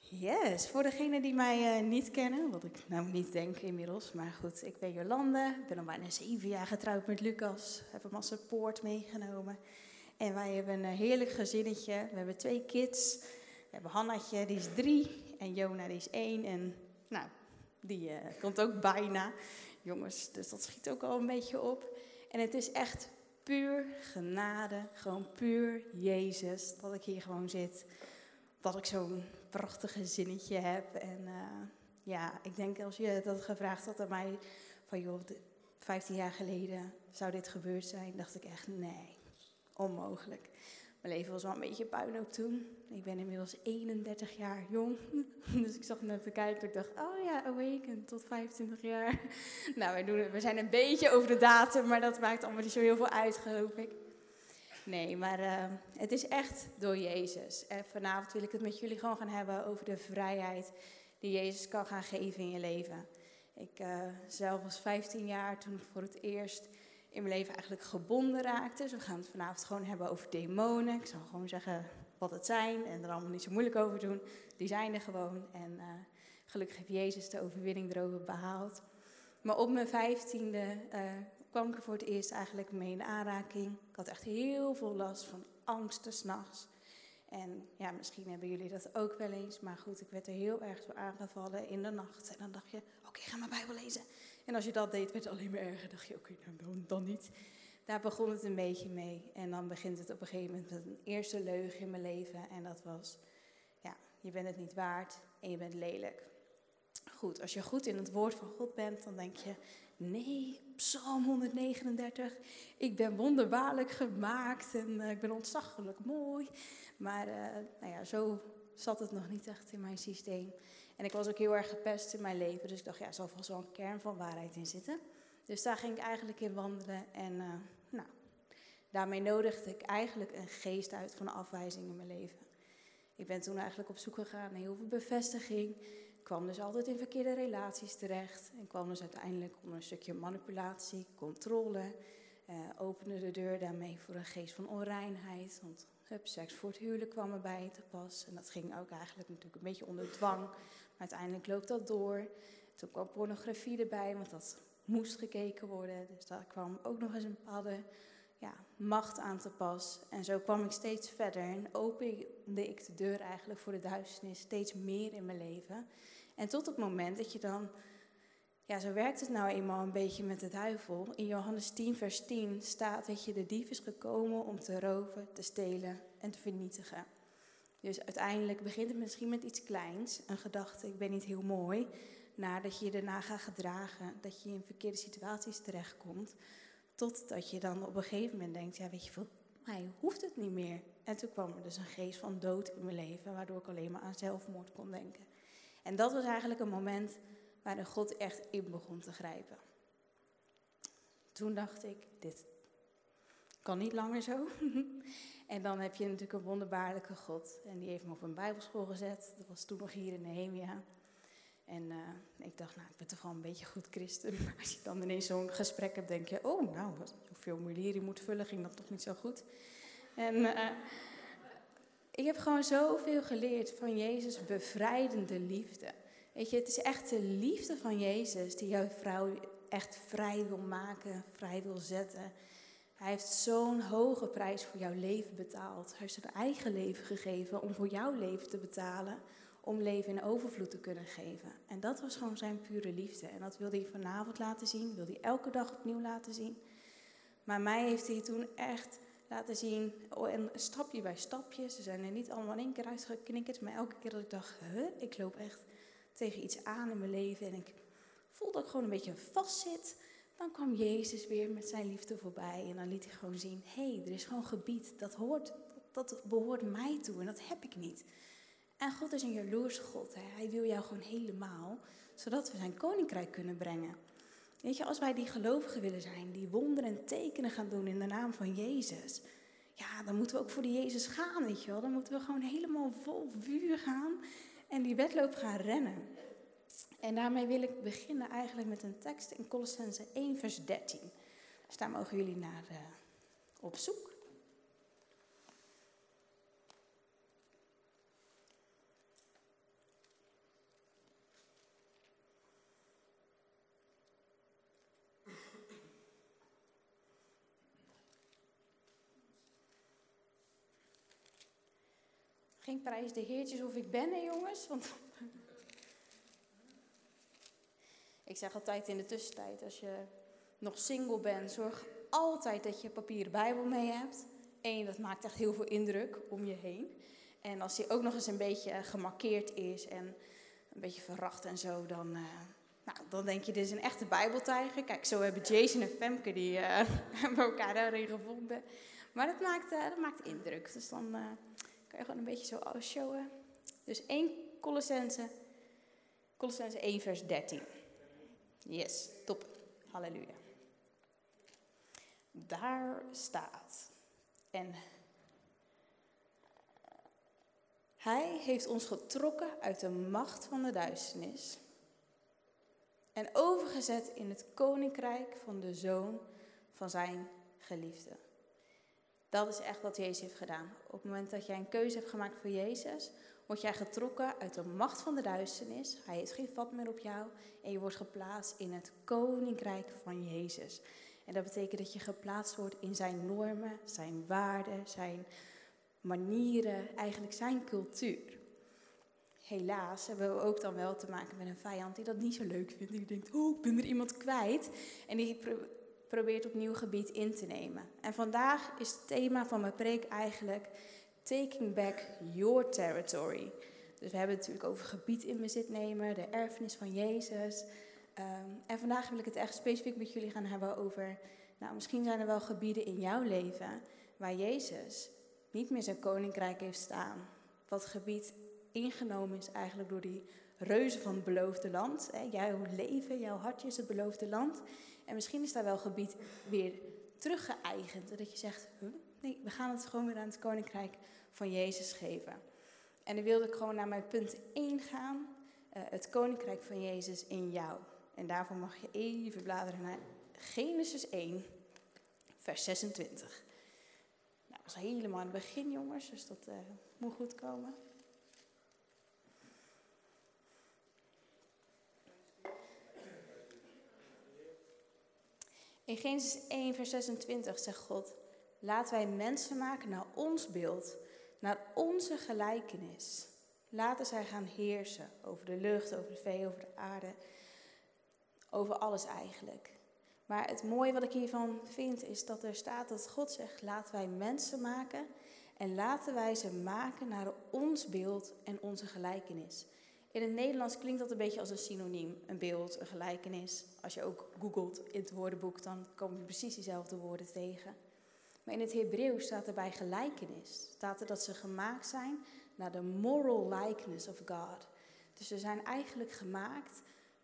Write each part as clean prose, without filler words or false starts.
Yes, voor degenen die mij niet kennen, wat ik nou niet denk inmiddels, maar goed, ik ben Jolande, ik ben al bijna 7 jaar getrouwd met Lucas, heb hem als support meegenomen. En wij hebben een heerlijk gezinnetje, we hebben 2 kids, we hebben Hannatje, die is 3 en Jona, die is 1 en nou, die komt ook bijna, jongens, dus dat schiet ook al een beetje op. En het is echt puur genade, gewoon puur Jezus, dat ik hier gewoon zit. Dat ik zo'n prachtig gezinnetje heb. En ja, ik denk als je dat gevraagd had aan mij, van joh, 15 jaar geleden zou dit gebeurd zijn, dacht ik echt nee, onmogelijk. Mijn leven was wel een beetje puinhoop toen. Ik ben inmiddels 31 jaar jong. Dus ik zag net te kijken en ik dacht, oh ja, awaken tot 25 jaar. Nou, we zijn een beetje over de datum, maar dat maakt allemaal niet zo heel veel uit, geloof ik. Nee, maar het is echt door Jezus. En vanavond wil ik het met jullie gewoon gaan hebben over de vrijheid die Jezus kan gaan geven in je leven. Ik zelf was 15 jaar toen ik voor het eerst in mijn leven eigenlijk gebonden raakte. Dus we gaan het vanavond gewoon hebben over demonen. Ik zal gewoon zeggen wat het zijn en er allemaal niet zo moeilijk over doen. Die zijn er gewoon en gelukkig heeft Jezus de overwinning erover behaald. Maar op mijn 15e kwam ik er voor het eerst eigenlijk mee in aanraking. Ik had echt heel veel last van angsten 's nachts. En ja, misschien hebben jullie dat ook wel eens. Maar goed, ik werd er heel erg door aangevallen in de nacht. En dan dacht je, oké, ga mijn Bijbel lezen. En als je dat deed, werd het alleen maar erger. Dacht je, oké, nou, dan niet. Daar begon het een beetje mee. En dan begint het op een gegeven moment met een eerste leugen in mijn leven. En dat was, ja, je bent het niet waard en je bent lelijk. Goed, als je goed in het woord van God bent, dan denk je, nee, Psalm 139, ik ben wonderbaarlijk gemaakt en ik ben ontzaglijk mooi. Maar nou ja, zo zat het nog niet echt in mijn systeem. En ik was ook heel erg gepest in mijn leven, dus ik dacht, ja, er zal vast wel een kern van waarheid in zitten. Dus daar ging ik eigenlijk in wandelen en nou, daarmee nodigde ik eigenlijk een geest uit van afwijzing in mijn leven. Ik ben toen eigenlijk op zoek gegaan naar heel veel bevestiging. Ik kwam dus altijd in verkeerde relaties terecht. En kwam dus uiteindelijk onder een stukje manipulatie, controle. Opende de deur daarmee voor een geest van onreinheid. Want seks voor het huwelijk kwam erbij te pas. En dat ging ook eigenlijk natuurlijk een beetje onder dwang. Maar uiteindelijk loopt dat door. Toen kwam pornografie erbij, want dat moest gekeken worden. Dus daar kwam ook nog eens een bepaalde macht aan te pas. En zo kwam ik steeds verder en opende ik de deur eigenlijk voor de duisternis steeds meer in mijn leven. En tot het moment dat je dan, ja, zo werkt het nou eenmaal een beetje met de duivel. In Johannes 10 vers 10 staat dat de dief is gekomen om te roven, te stelen en te vernietigen. Dus uiteindelijk begint het misschien met iets kleins, een gedachte, ik ben niet heel mooi, nadat je je daarna gaat gedragen, dat je in verkeerde situaties terechtkomt. Totdat je dan op een gegeven moment denkt, ja, weet je, voor mij hoeft het niet meer. En toen kwam er dus een geest van dood in mijn leven, waardoor ik alleen maar aan zelfmoord kon denken. En dat was eigenlijk een moment waarin God echt in begon te grijpen. Toen dacht ik, dit kan niet langer zo. En dan heb je natuurlijk een wonderbaarlijke God. En die heeft me op een bijbelschool gezet. Dat was toen nog hier in Nehemia. En ik dacht, nou, ik ben toch wel een beetje goed christen. Maar als je dan ineens zo'n gesprek hebt, denk je, oh, nou, hoeveel formulier je moet vullen, ging dat toch niet zo goed. En ik heb gewoon zoveel geleerd van Jezus' bevrijdende liefde. Weet je, het is echt de liefde van Jezus die jouw vrouw echt vrij wil maken, vrij wil zetten. Hij heeft zo'n hoge prijs voor jouw leven betaald. Hij heeft zijn eigen leven gegeven om voor jouw leven te betalen, om leven in overvloed te kunnen geven. En dat was gewoon zijn pure liefde. En dat wilde hij vanavond laten zien, wilde hij elke dag opnieuw laten zien. Maar mij heeft hij toen echt laten zien, en stapje bij stapje. Ze zijn er niet allemaal in één keer uitgeknikkerd, maar elke keer dat ik dacht, ik loop echt tegen iets aan in mijn leven en ik voel dat ik gewoon een beetje vastzit, dan kwam Jezus weer met zijn liefde voorbij en dan liet hij gewoon zien, er is gewoon gebied, dat behoort mij toe en dat heb ik niet. En God is een jaloerse God. Hè? Hij wil jou gewoon helemaal, zodat we zijn koninkrijk kunnen brengen. Weet je, als wij die gelovigen willen zijn, die wonderen en tekenen gaan doen in de naam van Jezus, ja, dan moeten we ook voor die Jezus gaan, weet je wel. Dan moeten we gewoon helemaal vol vuur gaan en die wedloop gaan rennen. En daarmee wil ik beginnen eigenlijk met een tekst in Kolossenzen 1 vers 13. Dus daar mogen jullie naar op zoek. Geen prijs de heertjes of ik ben, hè jongens? Want ik zeg altijd in de tussentijd, als je nog single bent, zorg altijd dat je een papieren Bijbel mee hebt. Eén, dat maakt echt heel veel indruk om je heen. En als die ook nog eens een beetje gemarkeerd is en een beetje verracht en zo, dan denk je, dit is een echte Bijbeltijger. Kijk, zo hebben Jason en Femke, die hebben elkaar daarin gevonden. Maar dat maakt indruk. Dus dan kan je gewoon een beetje zo showen. Dus 1 Colossense 1 vers 13. Yes, top. Halleluja. Daar staat. En hij heeft ons getrokken uit de macht van de duisternis en overgezet in het koninkrijk van de Zoon van zijn geliefde. Dat is echt wat Jezus heeft gedaan. Op het moment dat jij een keuze hebt gemaakt voor Jezus, word jij getrokken uit de macht van de duisternis. Hij heeft geen vat meer op jou en je wordt geplaatst in het koninkrijk van Jezus. En dat betekent dat je geplaatst wordt in zijn normen, zijn waarden, zijn manieren, eigenlijk zijn cultuur. Helaas hebben we ook dan wel te maken met een vijand die dat niet zo leuk vindt. Die denkt, oh, ik ben er iemand kwijt. En die probeert op nieuw gebied in te nemen. En vandaag is het thema van mijn preek eigenlijk Taking Back Your Territory. Dus we hebben het natuurlijk over gebied in bezit nemen, de erfenis van Jezus. En vandaag wil ik het echt specifiek met jullie gaan hebben over, misschien zijn er wel gebieden in jouw leven waar Jezus niet meer zijn koninkrijk heeft staan. Wat gebied ingenomen is eigenlijk door die reuzen van het beloofde land. Jouw leven, jouw hartje is het beloofde land. En misschien is daar wel gebied weer teruggeëigend. Dat je zegt, nee, we gaan het gewoon weer aan het koninkrijk van Jezus geven. En dan wilde ik gewoon naar mijn punt 1 gaan. Het koninkrijk van Jezus in jou. En daarvoor mag je even bladeren naar Genesis 1, vers 26. Nou, dat was helemaal aan het begin, jongens, dus dat moet goed komen. In Genesis 1, vers 26 zegt God, laten wij mensen maken naar ons beeld, naar onze gelijkenis. Laten zij gaan heersen over de lucht, over de vee, over de aarde, over alles eigenlijk. Maar het mooie wat ik hiervan vind is dat er staat dat God zegt, laten wij mensen maken en laten wij ze maken naar ons beeld en onze gelijkenis. In het Nederlands klinkt dat een beetje als een synoniem, een beeld, een gelijkenis. Als je ook googelt in het woordenboek, dan kom je precies diezelfde woorden tegen. Maar in het Hebreeuws staat er bij gelijkenis. Staat er dat ze gemaakt zijn naar de moral likeness of God. Dus ze zijn eigenlijk gemaakt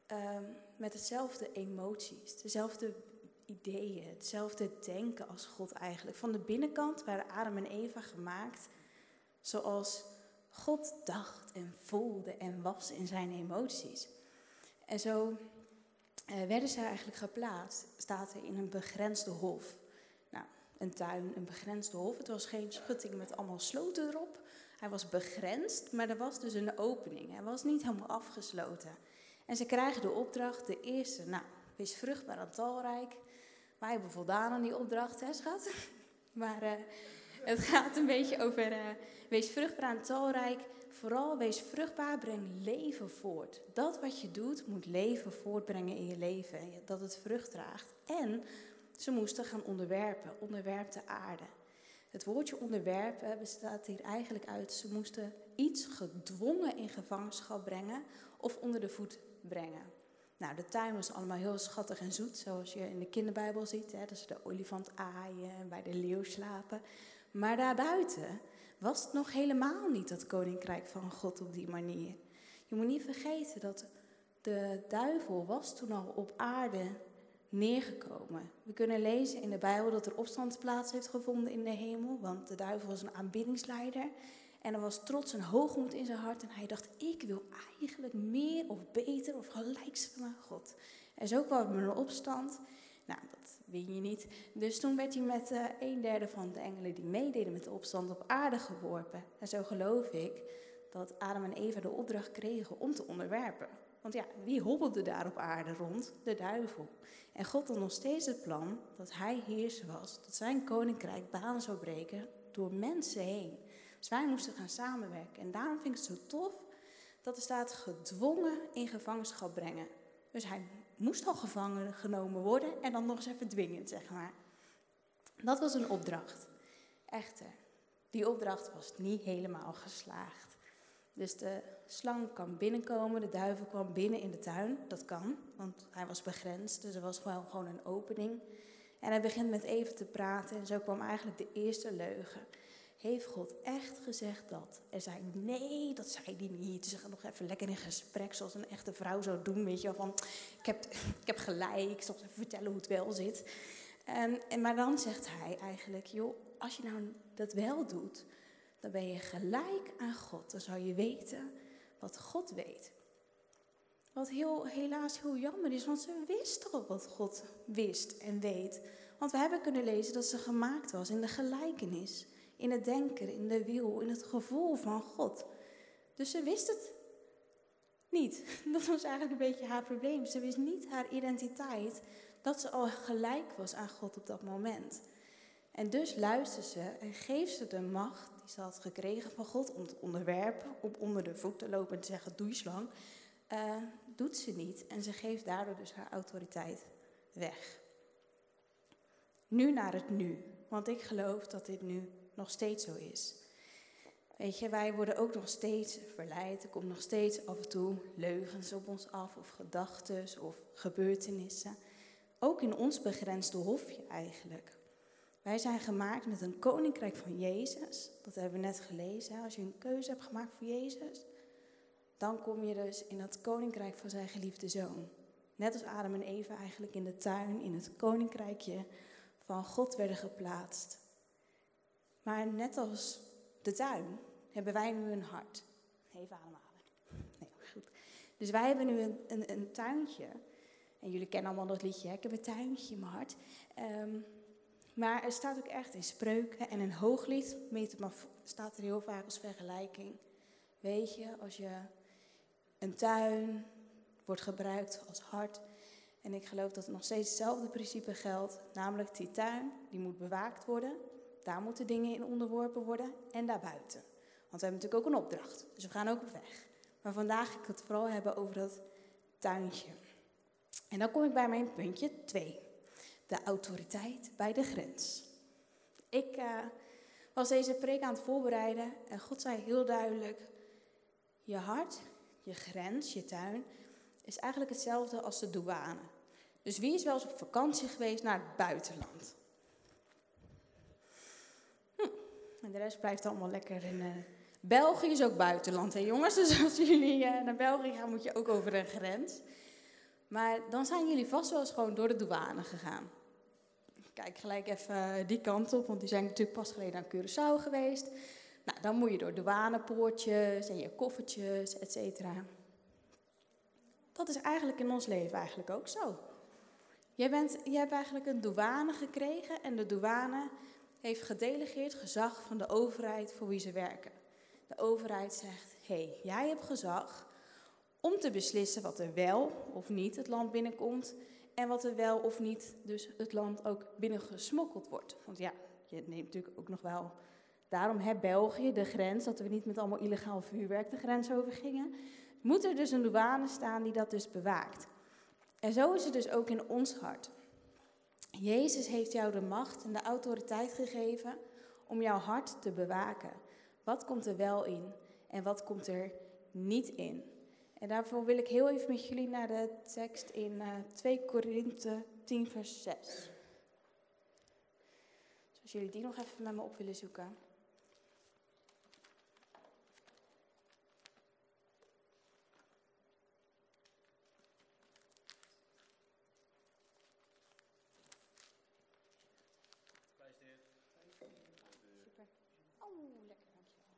met hetzelfde emoties, dezelfde ideeën, hetzelfde denken als God eigenlijk. Van de binnenkant waren Adam en Eva gemaakt zoals God dacht en voelde en was in zijn emoties. En zo werden ze eigenlijk geplaatst, staat er in een begrensde hof. Nou, een tuin, een begrensde hof. Het was geen schutting met allemaal sloten erop. Hij was begrensd, maar er was dus een opening. Hij was niet helemaal afgesloten. En ze krijgen de opdracht, de eerste, wees vruchtbaar en talrijk. Wij hebben voldaan aan die opdracht, hè schat? Maar het gaat een beetje over, wees vruchtbaar en talrijk. Vooral wees vruchtbaar, breng leven voort. Dat wat je doet, moet leven voortbrengen in je leven. Dat het vrucht draagt. En ze moesten gaan onderwerpen, onderwerp de aarde. Het woordje onderwerpen bestaat hier eigenlijk uit, ze moesten iets gedwongen in gevangenschap brengen of onder de voet brengen. Nou, de tuin was allemaal heel schattig en zoet, zoals je in de kinderbijbel ziet. Hè, dat ze de olifant aaien en bij de leeuw slapen. Maar daarbuiten was het nog helemaal niet dat koninkrijk van God op die manier. Je moet niet vergeten dat de duivel was toen al op aarde neergekomen. We kunnen lezen in de Bijbel dat er opstand plaats heeft gevonden in de hemel, want de duivel was een aanbiddingsleider. En er was trots en hoogmoed in zijn hart en hij dacht, ik wil eigenlijk meer of beter of gelijk zijn aan God. En zo kwam er een opstand. Nou, dat win je niet. Dus toen werd hij met 1/3 van de engelen die meededen met de opstand op aarde geworpen. En zo geloof ik dat Adam en Eva de opdracht kregen om te onderwerpen. Want ja, wie hobbelde daar op aarde rond? De duivel. En God had nog steeds het plan dat hij heerser was. Dat zijn koninkrijk banen zou breken door mensen heen. Dus wij moesten gaan samenwerken. En daarom vind ik het zo tof dat er staat gedwongen in gevangenschap brengen. Dus hij moest al gevangen genomen worden en dan nog eens even dwingend, zeg maar. Dat was een opdracht. Echter, die opdracht was niet helemaal geslaagd. Dus de slang kan binnenkomen, de duivel kwam binnen in de tuin. Dat kan, want hij was begrensd, dus er was gewoon een opening. En hij begint met Eva te praten en zo kwam eigenlijk de eerste leugen. Heeft God echt gezegd dat? En zei, nee, dat zei hij niet. Dus ze gaan nog even lekker in gesprek, zoals een echte vrouw zou doen. Weet je wel, van, ik heb gelijk, ik zal even vertellen hoe het wel zit. Maar dan zegt hij eigenlijk, joh, als je nou dat wel doet, dan ben je gelijk aan God. Dan zou je weten wat God weet. Wat helaas heel jammer is, want ze wist al wat God wist en weet. Want we hebben kunnen lezen dat ze gemaakt was in de gelijkenis. In het denken, in de wil, in het gevoel van God. Dus ze wist het niet. Dat was eigenlijk een beetje haar probleem. Ze wist niet haar identiteit, dat ze al gelijk was aan God op dat moment. En dus luistert ze en geeft ze de macht die ze had gekregen van God om te onderwerpen, om onder de voet te lopen en te zeggen, doei slang. Doet ze niet en ze geeft daardoor dus haar autoriteit weg. Nu naar het nu, want ik geloof dat dit nu nog steeds zo is. Weet je, wij worden ook nog steeds verleid. Er komt nog steeds af en toe leugens op ons af of gedachten of gebeurtenissen. Ook in ons begrensde hofje eigenlijk. Wij zijn gemaakt met een koninkrijk van Jezus. Dat hebben we net gelezen. Als je een keuze hebt gemaakt voor Jezus, dan kom je dus in het koninkrijk van zijn geliefde zoon. Net als Adam en Eva eigenlijk in de tuin, in het koninkrijkje van God werden geplaatst. Maar net als de tuin hebben wij nu een hart. Even ademhalen. Nee, goed. Dus wij hebben nu een tuintje. En jullie kennen allemaal dat liedje, hè? Ik heb een tuintje in mijn hart. Maar er staat ook echt in Spreuken en in Hooglied, staat er heel vaak als vergelijking. Weet je, als je een tuin wordt gebruikt als hart. En ik geloof dat het nog steeds hetzelfde principe geldt. Namelijk die tuin, die moet bewaakt worden. Daar moeten dingen in onderworpen worden en daarbuiten. Want we hebben natuurlijk ook een opdracht, dus we gaan ook op weg. Maar vandaag ga ik het vooral hebben over dat tuintje. En dan kom ik bij mijn puntje 2. De autoriteit bij de grens. Ik was deze preek aan het voorbereiden en God zei heel duidelijk, je hart, je grens, je tuin, is eigenlijk hetzelfde als de douane. Dus wie is wel eens op vakantie geweest naar het buitenland? En de rest blijft allemaal lekker in... België is ook buitenland, hè jongens? Dus als jullie naar België gaan, moet je ook over een grens. Maar dan zijn jullie vast wel eens gewoon door de douane gegaan. Kijk gelijk even die kant op, want die zijn natuurlijk pas geleden aan Curaçao geweest. Nou, dan moet je door douanepoortjes en je koffertjes, et cetera. Dat is eigenlijk in ons leven eigenlijk ook zo. Je hebt eigenlijk een douane gekregen en de douane heeft gedelegeerd gezag van de overheid voor wie ze werken. De overheid zegt, hé, jij hebt gezag om te beslissen wat er wel of niet het land binnenkomt en wat er wel of niet dus het land ook binnengesmokkeld wordt. Want ja, je neemt natuurlijk ook nog wel, daarom België, de grens, dat we niet met allemaal illegaal vuurwerk de grens over gingen, moet er dus een douane staan die dat dus bewaakt. En zo is het dus ook in ons hart. Jezus heeft jou de macht en de autoriteit gegeven om jouw hart te bewaken. Wat komt er wel in en wat komt er niet in? En daarvoor wil ik heel even met jullie naar de tekst in 2 Korinthe 10 vers 6. Dus als jullie die nog even met me op willen zoeken. Super. Oh, lekker, dankjewel.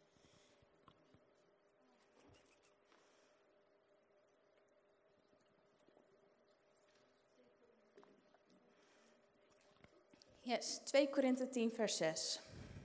Yes, 2 Korinthe 10 vers 6.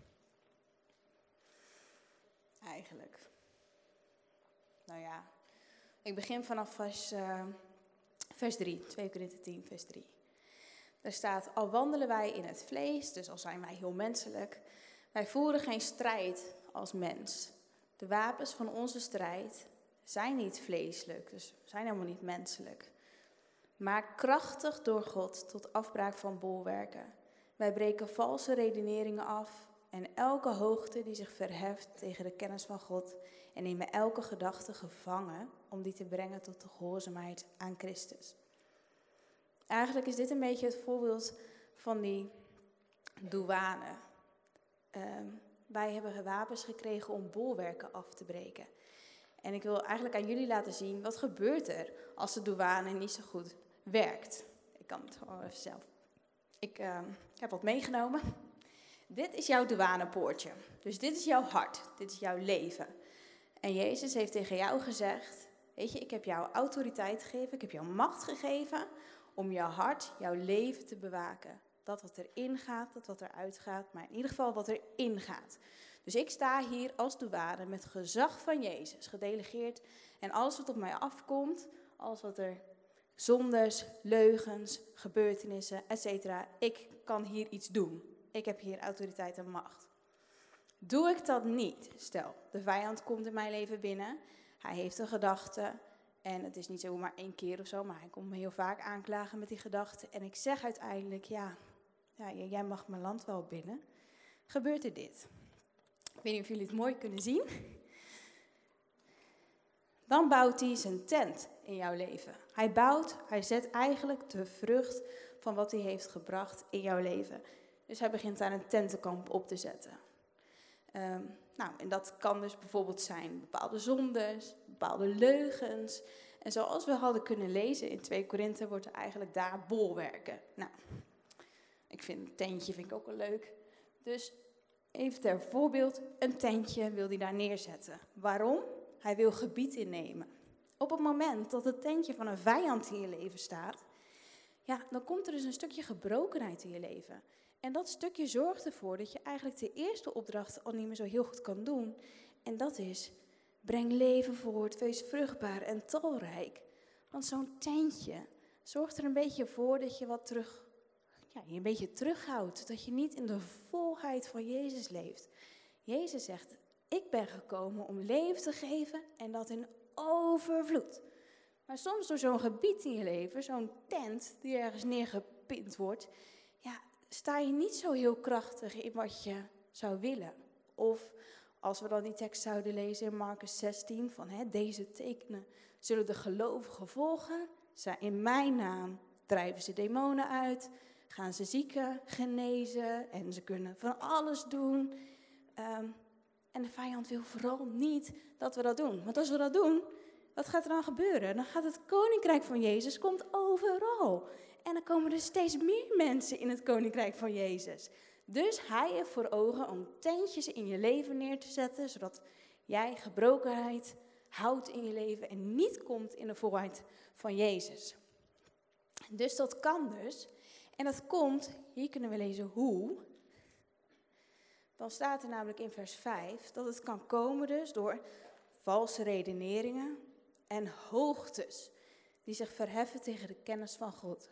Eigenlijk. Nou ja, ik begin vanaf vers 3. 2 Korinthe 10 vers 3. Daar staat, al wandelen wij in het vlees, dus al zijn wij heel menselijk, wij voeren geen strijd als mens. De wapens van onze strijd zijn niet vleeselijk, dus zijn helemaal niet menselijk. Maar krachtig door God tot afbraak van bolwerken. Wij breken valse redeneringen af en elke hoogte die zich verheft tegen de kennis van God en nemen elke gedachte gevangen om die te brengen tot de gehoorzaamheid aan Christus. Eigenlijk is dit een beetje het voorbeeld van die douane. Wij hebben wapens gekregen om bolwerken af te breken. En ik wil eigenlijk aan jullie laten zien, wat gebeurt er als de douane niet zo goed werkt. Ik kan het gewoon even zelf. Ik heb wat meegenomen. Dit is jouw douanepoortje. Dus dit is jouw hart. Dit is jouw leven. En Jezus heeft tegen jou gezegd, weet je, ik heb jou autoriteit gegeven, ik heb jou macht gegeven om jouw hart, jouw leven te bewaken. Dat wat erin gaat, dat wat eruit gaat, maar in ieder geval wat erin gaat. Dus ik sta hier als douane met gezag van Jezus, gedelegeerd. En alles wat op mij afkomt, alles wat er zondes, leugens, gebeurtenissen, etc. Ik kan hier iets doen. Ik heb hier autoriteit en macht. Doe ik dat niet? Stel, de vijand komt in mijn leven binnen. Hij heeft een gedachte. En het is niet zomaar 1 keer of zo, maar hij komt me heel vaak aanklagen met die gedachten. En ik zeg uiteindelijk, ja, jij mag mijn land wel binnen. Gebeurt er dit? Ik weet niet of jullie het mooi kunnen zien. Dan bouwt hij zijn tent in jouw leven. Hij zet eigenlijk de vrucht van wat hij heeft gebracht in jouw leven. Dus hij begint daar een tentenkamp op te zetten. En dat kan dus bijvoorbeeld zijn bepaalde zondes, bepaalde leugens. En zoals we hadden kunnen lezen in 2 Korinthe wordt er eigenlijk daar bolwerken. Nou, ik vind een tentje ook wel leuk. Dus even ter voorbeeld, een tentje wil hij daar neerzetten. Waarom? Hij wil gebied innemen. Op het moment dat het tentje van een vijand in je leven staat, ja, dan komt er dus een stukje gebrokenheid in je leven. En dat stukje zorgt ervoor dat je eigenlijk de eerste opdracht al niet meer zo heel goed kan doen. En dat is, breng leven voort, wees vruchtbaar en talrijk. Want zo'n tentje zorgt er een beetje voor dat je je een beetje terughoudt. Dat je niet in de volheid van Jezus leeft. Jezus zegt, ik ben gekomen om leven te geven en dat in overvloed. Maar soms door zo'n gebied in je leven, zo'n tent die ergens neergepind wordt, ja, sta je niet zo heel krachtig in wat je zou willen. Of als we dan die tekst zouden lezen in Marcus 16, van deze tekenen zullen de gelovigen volgen. In mijn naam drijven ze demonen uit, gaan ze zieken genezen en ze kunnen van alles doen. En de vijand wil vooral niet dat we dat doen. Want als we dat doen, wat gaat er dan gebeuren? Dan gaat het koninkrijk van Jezus komt overal. En dan komen er steeds meer mensen in het koninkrijk van Jezus. Dus hij heeft voor ogen om tentjes in je leven neer te zetten, zodat jij gebrokenheid houdt in je leven en niet komt in de volheid van Jezus. Dus dat kan dus. En dat komt, hier kunnen we lezen hoe. Dan staat er namelijk in vers 5 dat het kan komen dus door valse redeneringen en hoogtes die zich verheffen tegen de kennis van God.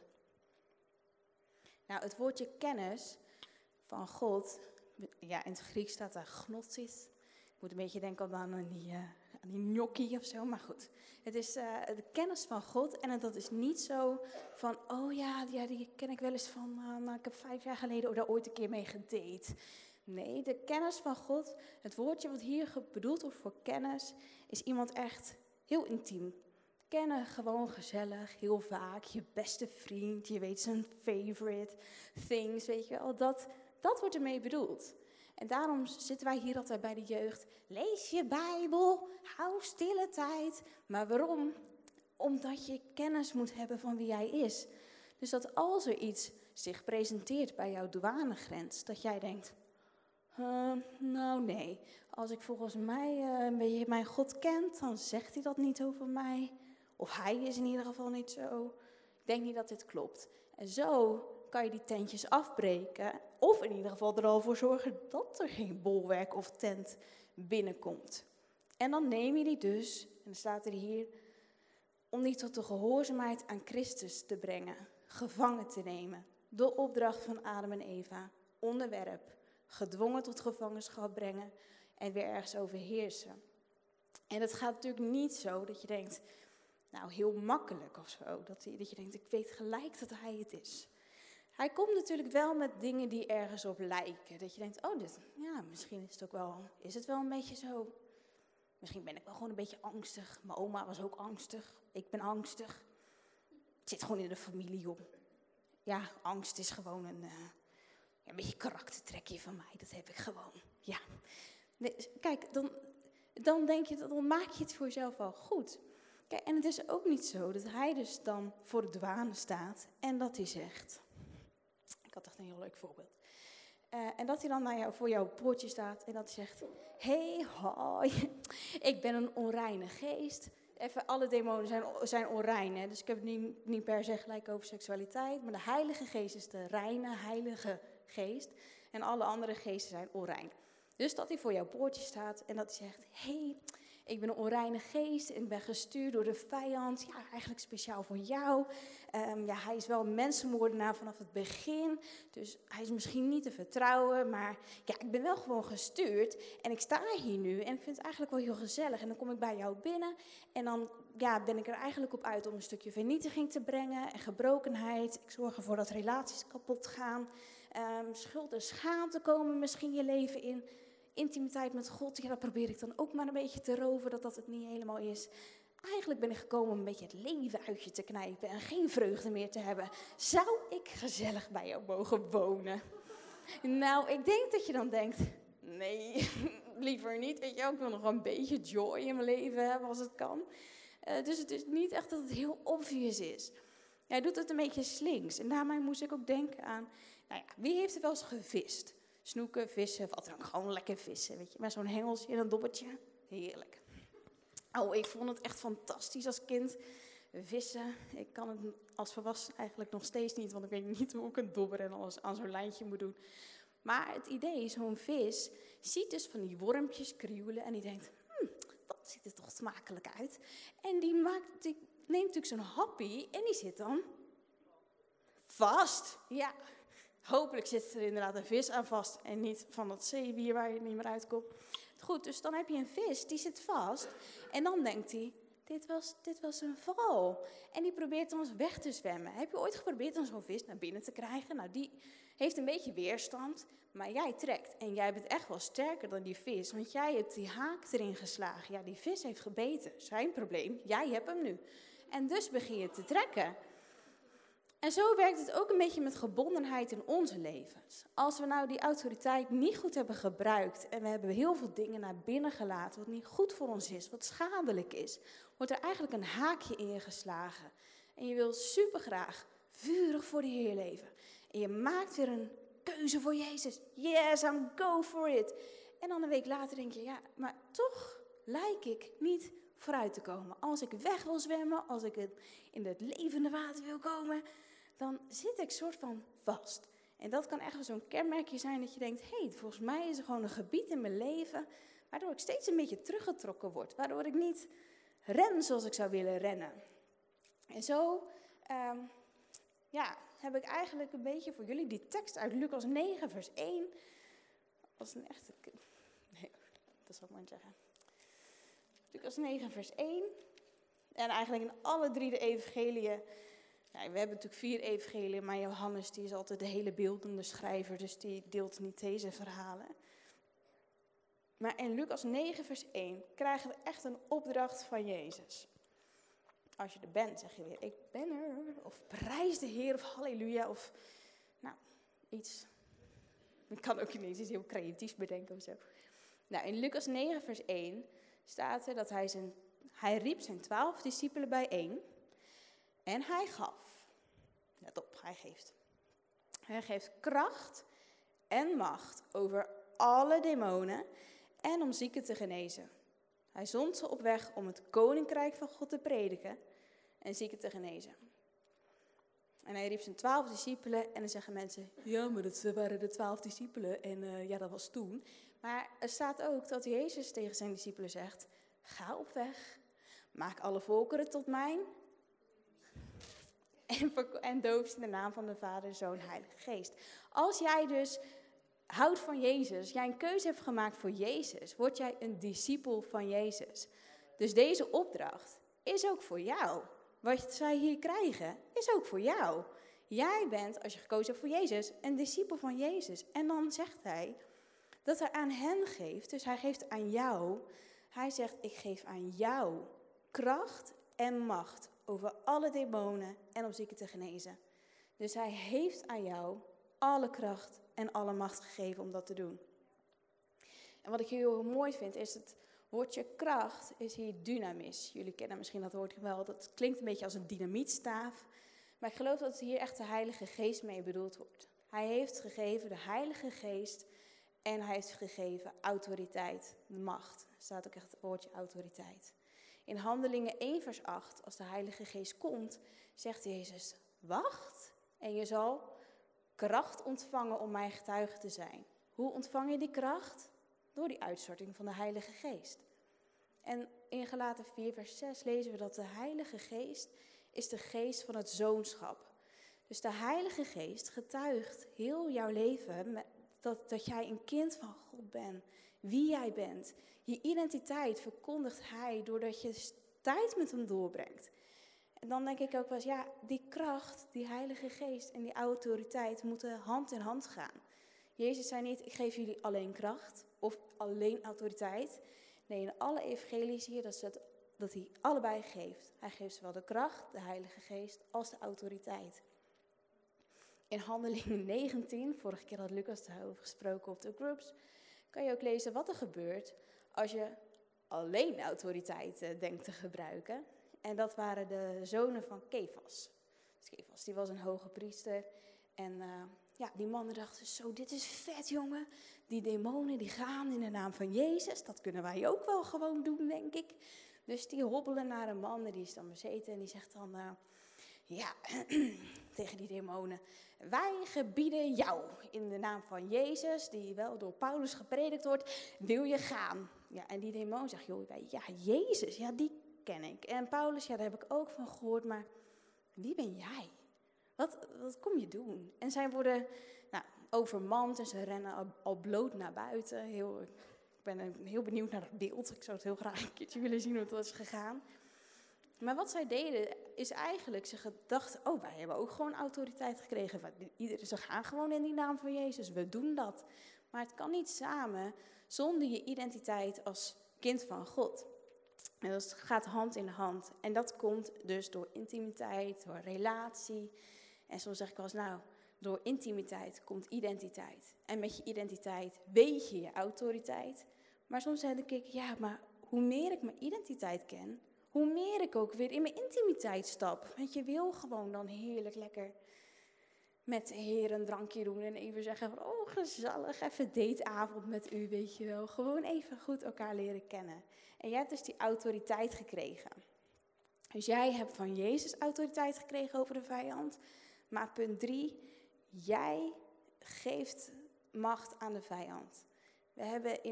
Nou, het woordje kennis van God, ja, in het Grieks staat daar gnosis. Ik moet een beetje denken aan die gnocchi of zo, maar goed. Het is de kennis van God en dat is niet zo van, oh ja, die ken ik wel eens van, ik heb 5 jaar geleden daar ooit een keer mee gedate. Nee, de kennis van God, het woordje wat hier bedoeld wordt voor kennis, is iemand echt heel intiem. Kennen gewoon gezellig, heel vaak, je beste vriend, je weet zijn favorite things, weet je wel. Dat wordt ermee bedoeld. En daarom zitten wij hier altijd bij de jeugd. Lees je Bijbel, hou stille tijd. Maar waarom? Omdat je kennis moet hebben van wie hij is. Dus dat als er iets zich presenteert bij jouw douanegrens, dat jij denkt, nou nee, als ik volgens mij een beetje mijn God kent, dan zegt hij dat niet over mij. Of hij is in ieder geval niet zo. Ik denk niet dat dit klopt. En zo kan je die tentjes afbreken. Of in ieder geval er al voor zorgen dat er geen bolwerk of tent binnenkomt. En dan neem je die dus, en dan staat er hier, om die tot de gehoorzaamheid aan Christus te brengen. Gevangen te nemen. De opdracht van Adam en Eva. Onderwerp. Gedwongen tot gevangenschap brengen. en weer ergens overheersen. En het gaat natuurlijk niet zo dat je denkt, nou heel makkelijk of zo. Dat je denkt, ik weet gelijk dat hij het is. Hij komt natuurlijk wel met dingen die ergens op lijken. Dat je denkt, misschien is het wel een beetje zo. Misschien ben ik wel gewoon een beetje angstig. Mijn oma was ook angstig. Ik ben angstig. Het zit gewoon in de familie, joh. Ja, angst is gewoon een beetje karaktertrekje van mij. Dat heb ik gewoon, ja. Nee, kijk, dan denk je, dan maak je het voor jezelf al goed. Kijk, en het is ook niet zo dat hij dus dan voor de douane staat en dat hij zegt... Ik had echt een heel leuk voorbeeld. En dat hij dan voor jouw poortje staat en dat hij zegt... Hey, hoi, ik ben een onreine geest. Even, alle demonen zijn onrein, hè? Dus ik heb het niet per se gelijk over seksualiteit. Maar de heilige geest is de reine, heilige geest. En alle andere geesten zijn onrein. Dus dat hij voor jouw poortje staat en dat hij zegt... Hey, ik ben een onreine geest en ik ben gestuurd door de vijand. Ja, eigenlijk speciaal voor jou. Hij is wel een mensenmoordenaar vanaf het begin. Dus hij is misschien niet te vertrouwen. Maar ja, ik ben wel gewoon gestuurd. En ik sta hier nu en ik vind het eigenlijk wel heel gezellig. En dan kom ik bij jou binnen. En dan ben ik er eigenlijk op uit om een stukje vernietiging te brengen. En gebrokenheid. Ik zorg ervoor dat relaties kapot gaan. Schuld en schaamte komen misschien je leven in. Intimiteit met God, ja, dat probeer ik dan ook maar een beetje te roven, dat het niet helemaal is. Eigenlijk ben ik gekomen om een beetje het leven uit je te knijpen en geen vreugde meer te hebben. Zou ik gezellig bij jou mogen wonen? Nou, ik denk dat je dan denkt, nee, liever niet. Weet je, ik wil nog een beetje joy in mijn leven hebben als het kan. Dus het is niet echt dat het heel obvious is. Hij doet het een beetje slinks. En daarmee moest ik ook denken aan, wie heeft er wel eens gevist? Snoeken, vissen, wat dan ook, gewoon lekker vissen, weet je. Met zo'n hengelsje en een dobbertje. Heerlijk. Oh, ik vond het echt fantastisch als kind. Vissen. Ik kan het als volwassen eigenlijk nog steeds niet, want ik weet niet hoe ik een dobber en alles aan zo'n lijntje moet doen. Maar het idee is, zo'n vis ziet dus van die wormpjes krioelen en die denkt, dat ziet er toch smakelijk uit. En die neemt natuurlijk zo'n happy en die zit dan vast. Ja. Hopelijk zit er inderdaad een vis aan vast en niet van dat zeewier waar je niet meer uitkomt. Goed, dus dan heb je een vis, die zit vast en dan denkt hij, dit was een val. En die probeert dan eens weg te zwemmen. Heb je ooit geprobeerd om zo'n vis naar binnen te krijgen? Nou, die heeft een beetje weerstand, maar jij trekt. En jij bent echt wel sterker dan die vis, want jij hebt die haak erin geslagen. Ja, die vis heeft gebeten, zijn probleem, jij hebt hem nu. En dus begin je te trekken. En zo werkt het ook een beetje met gebondenheid in onze levens. Als we nou die autoriteit niet goed hebben gebruikt en we hebben heel veel dingen naar binnen gelaten wat niet goed voor ons is, wat schadelijk is, wordt er eigenlijk een haakje in je geslagen. En je wil supergraag vurig voor de Heer leven. En je maakt weer een keuze voor Jezus. Yes, I'm go for it. En dan een week later denk je, ja, maar toch lijk ik niet vooruit te komen. Als ik weg wil zwemmen, als ik in het levende water wil komen, dan zit ik soort van vast. En dat kan echt wel zo'n kenmerkje zijn dat je denkt, volgens mij is er gewoon een gebied in mijn leven waardoor ik steeds een beetje teruggetrokken word. Waardoor ik niet ren zoals ik zou willen rennen. En zo heb ik eigenlijk een beetje voor jullie die tekst uit Lucas 9 vers 1. Dat is een echte... Nee, dat zal ik maar niet zeggen. Lucas 9 vers 1. En eigenlijk in alle 3 de evangeliën. We hebben natuurlijk 4 evangeliën, maar Johannes die is altijd de hele beeldende schrijver, dus die deelt niet deze verhalen. Maar in Lucas 9 vers 1 krijgen we echt een opdracht van Jezus. Als je er bent, zeg je weer, ik ben er. Of prijs de Heer, of halleluja, of iets. Ik kan ook ineens iets heel creatiefs bedenken of zo. Nou, in Lucas 9 vers 1 staat er dat hij riep zijn 12 discipelen bijeen. En hij gaf, let op, hij geeft kracht en macht over alle demonen en om zieken te genezen. Hij zond ze op weg om het koninkrijk van God te prediken en zieken te genezen. En hij riep zijn 12 discipelen en dan zeggen mensen, ja, maar dat waren de 12 discipelen en dat was toen. Maar er staat ook dat Jezus tegen zijn discipelen zegt, ga op weg, maak alle volkeren tot mijn en doop ze in de naam van de Vader, Zoon, Heilige Geest. Als jij dus houdt van Jezus, als jij een keuze hebt gemaakt voor Jezus, word jij een discipel van Jezus. Dus deze opdracht is ook voor jou. Wat zij hier krijgen, is ook voor jou. Jij bent, als je gekozen hebt voor Jezus, een discipel van Jezus. En dan zegt hij dat hij aan hen geeft, dus hij geeft aan jou. Hij zegt, ik geef aan jou kracht en macht over alle demonen en om zieken te genezen. Dus hij heeft aan jou alle kracht en alle macht gegeven om dat te doen. En wat ik hier heel mooi vind, is het woordje kracht is hier dynamis. Jullie kennen misschien dat woord wel, dat klinkt een beetje als een dynamietstaaf. Maar ik geloof dat hier echt de Heilige Geest mee bedoeld wordt. Hij heeft gegeven de Heilige Geest en hij heeft gegeven autoriteit, macht. Er staat ook echt het woordje autoriteit. In Handelingen 1 vers 8, als de Heilige Geest komt, zegt Jezus, wacht en je zal kracht ontvangen om mijn getuige te zijn. Hoe ontvang je die kracht? Door die uitstorting van de Heilige Geest. En in Galaten 4 vers 6 lezen we dat de Heilige Geest is de geest van het zoonschap. Dus de Heilige Geest getuigt heel jouw leven dat jij een kind van God bent. Wie jij bent. Je identiteit verkondigt hij doordat je tijd met hem doorbrengt. En dan denk ik ook wel eens, ja, die kracht, die Heilige Geest en die autoriteit moeten hand in hand gaan. Jezus zei niet, ik geef jullie alleen kracht of alleen autoriteit. Nee, in alle evangelie zie je dat hij allebei geeft. Hij geeft zowel de kracht, de Heilige Geest, als de autoriteit. In Handelingen 19, vorige keer had Lucas daarover gesproken op de groups, kan je ook lezen wat er gebeurt als je alleen autoriteit denkt te gebruiken. En dat waren de zonen van Kefas. Dus Kefas, die was een hoge priester. En die mannen dachten zo, dit is vet jongen. Die demonen die gaan in de naam van Jezus. Dat kunnen wij ook wel gewoon doen, denk ik. Dus die hobbelen naar een man en die is dan bezeten. En die zegt dan, tegen die demonen. Wij gebieden jou in de naam van Jezus, die wel door Paulus gepredikt wordt, wil je gaan? Ja, en die demon zegt, joh, ja, Jezus, ja, die ken ik. En Paulus, ja, daar heb ik ook van gehoord, maar wie ben jij? Wat kom je doen? En zij worden overmand en ze rennen al bloot naar buiten. Ik ben heel benieuwd naar het beeld. Ik zou het heel graag een keertje willen zien hoe het was gegaan. Maar wat zij deden is eigenlijk, ze gedachten, oh, wij hebben ook gewoon autoriteit gekregen. Ze gaan gewoon in die naam van Jezus, we doen dat. Maar het kan niet samen zonder je identiteit als kind van God. En dat gaat hand in hand. En dat komt dus door intimiteit, door relatie. En soms zeg ik wel eens, door intimiteit komt identiteit. En met je identiteit weet je je autoriteit. Maar soms denk ik, ja, maar hoe meer ik mijn identiteit ken, hoe meer ik ook weer in mijn intimiteit stap. Want je wil gewoon dan heerlijk lekker met de Heer een drankje doen. En even zeggen van, oh gezellig, even dateavond met u, weet je wel. Gewoon even goed elkaar leren kennen. En jij hebt dus die autoriteit gekregen. Dus jij hebt van Jezus autoriteit gekregen over de vijand. Maar punt 3, jij geeft macht aan de vijand. We hebben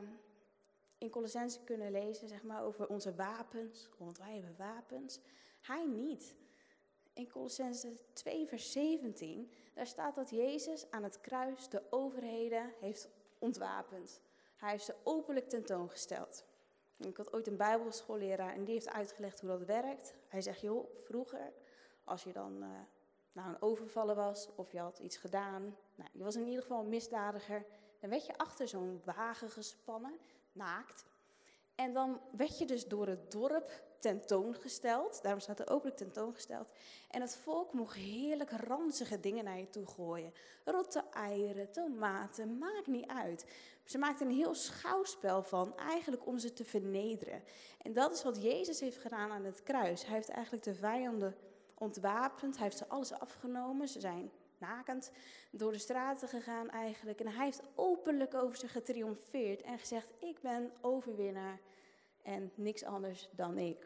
in Colossense kunnen lezen, zeg maar, over onze wapens. Want wij hebben wapens. Hij niet. In Colossense 2 vers 17, daar staat dat Jezus aan het kruis de overheden heeft ontwapend. Hij heeft ze openlijk tentoongesteld. Ik had ooit een bijbelschoolleraar en die heeft uitgelegd hoe dat werkt. Hij zegt, joh, vroeger, als je dan een overvaller was of je had iets gedaan, je was in ieder geval een misdadiger, dan werd je achter zo'n wagen gespannen, naakt. En dan werd je dus door het dorp tentoongesteld. Daarom staat er openlijk tentoongesteld. En het volk mocht heerlijk ranzige dingen naar je toe gooien. Rotte eieren, tomaten, maakt niet uit. Ze maakten een heel schouwspel van, eigenlijk om ze te vernederen. En dat is wat Jezus heeft gedaan aan het kruis. Hij heeft eigenlijk de vijanden ontwapend. Hij heeft ze alles afgenomen. Ze zijn nakend door de straten gegaan eigenlijk. En hij heeft openlijk over ze getriomfeerd en gezegd, ik ben overwinnaar en niks anders dan ik.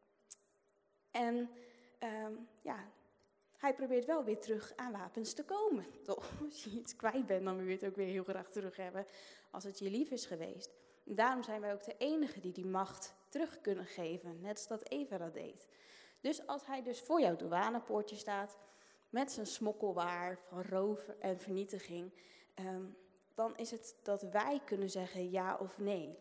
En hij probeert wel weer terug aan wapens te komen. Toch? Als je iets kwijt bent, dan wil je het ook weer heel graag terug hebben als het je lief is geweest. En daarom zijn wij ook de enigen die macht terug kunnen geven, net als dat Eva dat deed. Dus als hij dus voor jouw douanepoortje staat, met zijn smokkelwaar van roof en vernietiging, dan is het dat wij kunnen zeggen ja of nee.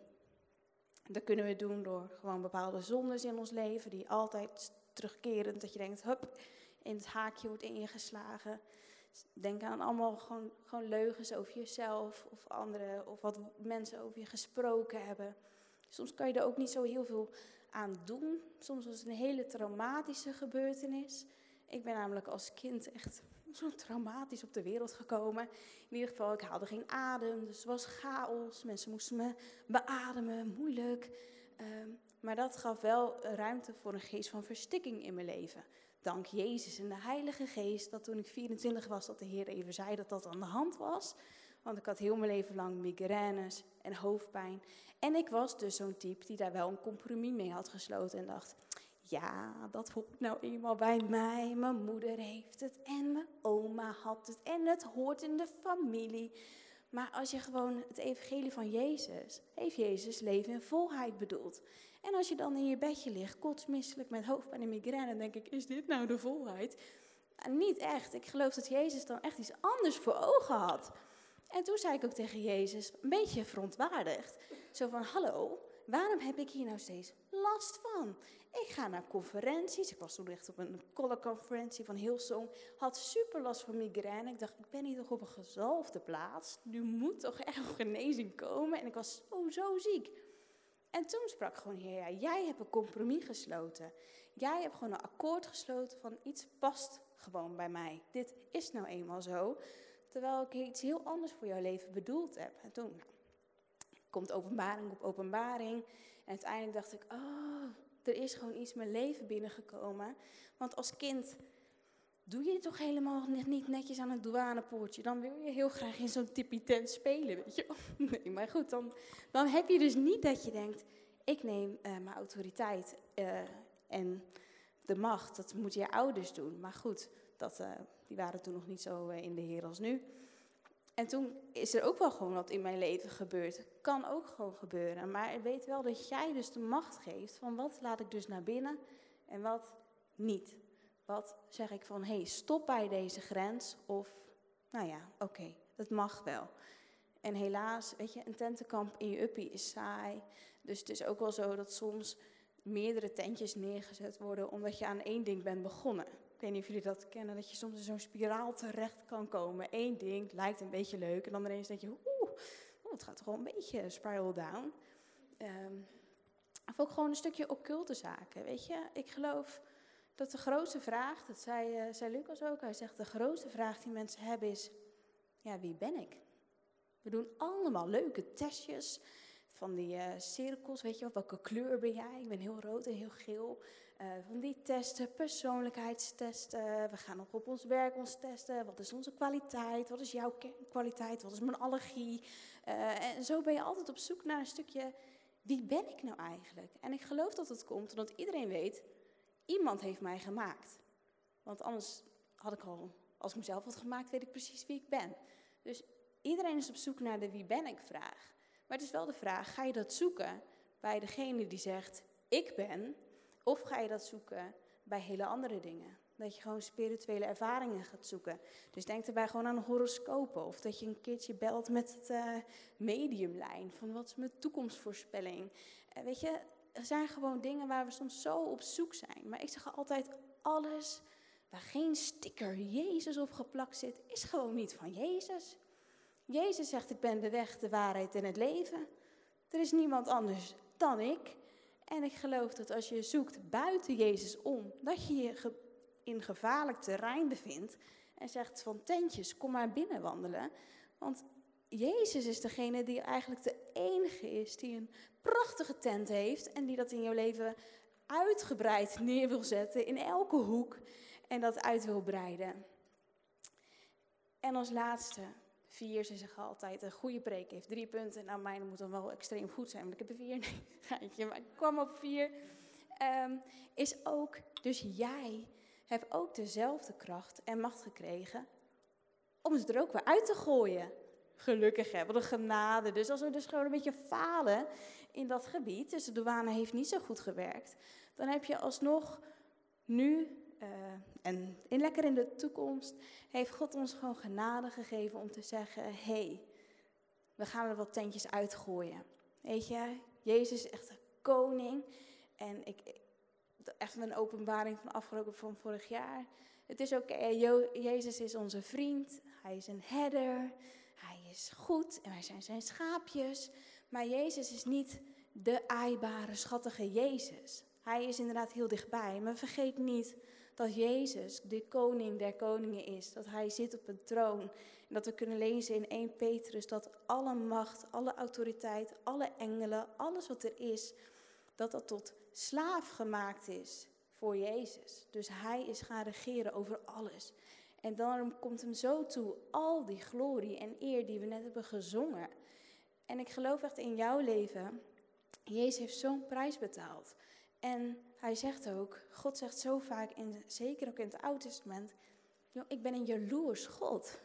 Dat kunnen we doen door gewoon bepaalde zondes in ons leven, die altijd terugkerend, dat je denkt, hup, in het haakje wordt ingeslagen. Denk aan allemaal gewoon leugens over jezelf of anderen, of wat mensen over je gesproken hebben. Soms kan je er ook niet zo heel veel aan doen. Soms was het een hele traumatische gebeurtenis. Ik ben namelijk als kind echt zo traumatisch op de wereld gekomen. In ieder geval, ik haalde geen adem, dus het was chaos. Mensen moesten me beademen, moeilijk. Maar dat gaf wel ruimte voor een geest van verstikking in mijn leven. Dank Jezus en de Heilige Geest, dat toen ik 24 was, dat de Heer even zei dat dat aan de hand was. Want ik had heel mijn leven lang migraines en hoofdpijn. En ik was dus zo'n type die daar wel een compromis mee had gesloten en dacht, ja, dat hoort nou eenmaal bij mij. Mijn moeder heeft het en mijn oma had het en het hoort in de familie. Maar als je gewoon het evangelie van Jezus, heeft Jezus leven in volheid bedoeld. En als je dan in je bedje ligt, kotsmisselijk met hoofdpijn en migraine, dan denk ik, is dit nou de volheid? Nou, niet echt. Ik geloof dat Jezus dan echt iets anders voor ogen had. En toen zei ik ook tegen Jezus, een beetje verontwaardigd, zo van, hallo, waarom heb ik hier nou steeds last van? Ik ga naar conferenties, ik was toen echt op een collegeconferentie van Hillsong, had super last van migraine. Ik dacht, ik ben hier toch op een gezalfde plaats, nu moet toch echt een genezing komen. En ik was zo ziek. En toen sprak gewoon, Heer, ja, jij hebt een compromis gesloten. Jij hebt gewoon een akkoord gesloten van iets past gewoon bij mij. Dit is nou eenmaal zo. Terwijl ik iets heel anders voor jouw leven bedoeld heb. En toen komt openbaring op openbaring. En uiteindelijk dacht ik, er is gewoon iets mijn leven binnengekomen. Want als kind doe je toch helemaal niet netjes aan het douanepoortje. Dan wil je heel graag in zo'n tippie-tent spelen, weet je. Nee, maar goed, dan heb je dus niet dat je denkt, ik neem mijn autoriteit en de macht. Dat moeten je ouders doen. Maar goed, die waren toen nog niet zo in de Heer als nu. En toen is er ook wel gewoon wat in mijn leven gebeurd. Kan ook gewoon gebeuren. Maar weet wel dat jij dus de macht geeft van wat laat ik dus naar binnen en wat niet. Wat zeg ik van, hey, stop bij deze grens of, nou ja, oké, dat mag wel. En helaas, weet je, een tentenkamp in je uppie is saai. Dus het is ook wel zo dat soms meerdere tentjes neergezet worden omdat je aan één ding bent begonnen. Ik weet niet of jullie dat kennen, dat je soms in zo'n spiraal terecht kan komen. Eén ding lijkt een beetje leuk en dan ineens denk je, het gaat toch wel een beetje spiral down. Of ook gewoon een stukje occulte zaken, weet je. Ik geloof dat de grootste vraag, dat zei Lucas ook, hij zegt de grootste vraag die mensen hebben is, ja, wie ben ik? We doen allemaal leuke testjes van die cirkels, weet je wel, welke kleur ben jij? Ik ben heel rood en heel geel. Van die testen, persoonlijkheidstesten. We gaan nog op ons werk ons testen. Wat is onze kwaliteit? Wat is jouw kwaliteit? Wat is mijn allergie? En zo ben je altijd op zoek naar een stukje, wie ben ik nou eigenlijk? En ik geloof dat het komt omdat iedereen weet, iemand heeft mij gemaakt. Want anders had ik al, als ik mezelf had gemaakt, weet ik precies wie ik ben. Dus iedereen is op zoek naar de wie ben ik vraag. Maar het is wel de vraag, ga je dat zoeken bij degene die zegt, ik ben, of ga je dat zoeken bij hele andere dingen? Dat je gewoon spirituele ervaringen gaat zoeken. Dus denk erbij gewoon aan horoscopen. Of dat je een keertje belt met het mediumlijn. Van wat is mijn toekomstvoorspelling? Weet je, er zijn gewoon dingen waar we soms zo op zoek zijn. Maar ik zeg altijd, alles waar geen sticker Jezus op geplakt zit, is gewoon niet van Jezus. Jezus zegt, ik ben de weg, de waarheid en het leven. Er is niemand anders dan ik. En ik geloof dat als je zoekt buiten Jezus om, dat je je in gevaarlijk terrein bevindt. En zegt van tentjes, kom maar binnen wandelen. Want Jezus is degene die eigenlijk de enige is die een prachtige tent heeft. En die dat in jouw leven uitgebreid neer wil zetten in elke hoek. En dat uit wil breiden. En als laatste, 4, ze zeggen altijd, een goede preek heeft 3 punten. Nou, mijn moet dan wel extreem goed zijn, want ik heb er 4. Nee, geintje, maar ik kwam op 4. Is ook, dus jij hebt ook dezelfde kracht en macht gekregen om het er ook weer uit te gooien. Gelukkig hebben we de genade. Dus als we dus gewoon een beetje falen in dat gebied, dus de douane heeft niet zo goed gewerkt, dan heb je alsnog nu en lekker in de toekomst heeft God ons gewoon genade gegeven om te zeggen, hey, we gaan er wat tentjes uitgooien. Weet je, Jezus is echt een koning. En echt een openbaring van vorig jaar. Het is oké, Jezus is onze vriend. Hij is een herder. Hij is goed en wij zijn zijn schaapjes. Maar Jezus is niet de aaibare, schattige Jezus. Hij is inderdaad heel dichtbij. Maar vergeet niet dat Jezus de koning der koningen is. Dat hij zit op een troon. En dat we kunnen lezen in 1 Petrus dat alle macht, alle autoriteit, alle engelen, alles wat er is, dat tot slaaf gemaakt is voor Jezus. Dus hij is gaan regeren over alles. En daarom komt hem zo toe, al die glorie en eer die we net hebben gezongen. En ik geloof echt in jouw leven, Jezus heeft zo'n prijs betaald. En hij zegt ook, God zegt zo vaak, zeker ook in het Oude Testament, ik ben een jaloers God.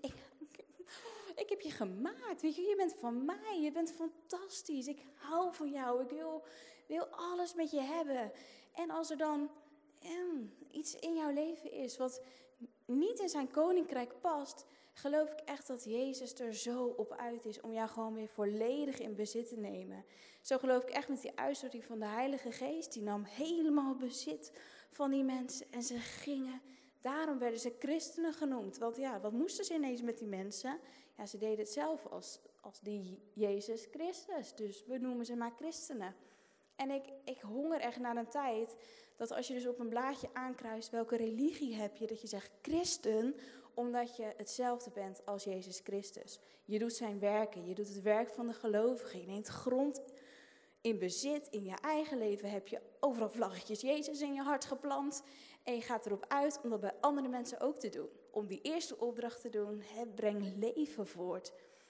Ik heb je gemaakt, weet je, je bent van mij, je bent fantastisch. Ik hou van jou, ik wil alles met je hebben. En als er dan iets in jouw leven is wat niet in zijn koninkrijk past, geloof ik echt dat Jezus er zo op uit is om jou gewoon weer volledig in bezit te nemen. Zo geloof ik echt met die uitstorting van de Heilige Geest. Die nam helemaal bezit van die mensen en ze gingen. Daarom werden ze christenen genoemd. Want ja, wat moesten ze ineens met die mensen? Ja, ze deden hetzelfde als die Jezus Christus. Dus we noemen ze maar christenen. En ik honger echt naar een tijd dat als je dus op een blaadje aankruist welke religie heb je, dat je zegt christen, omdat je hetzelfde bent als Jezus Christus. Je doet zijn werken, je doet het werk van de gelovigen, je neemt grond in bezit, in je eigen leven heb je overal vlaggetjes Jezus in je hart geplant. En je gaat erop uit om dat bij andere mensen ook te doen. Om die eerste opdracht te doen, breng leven voort.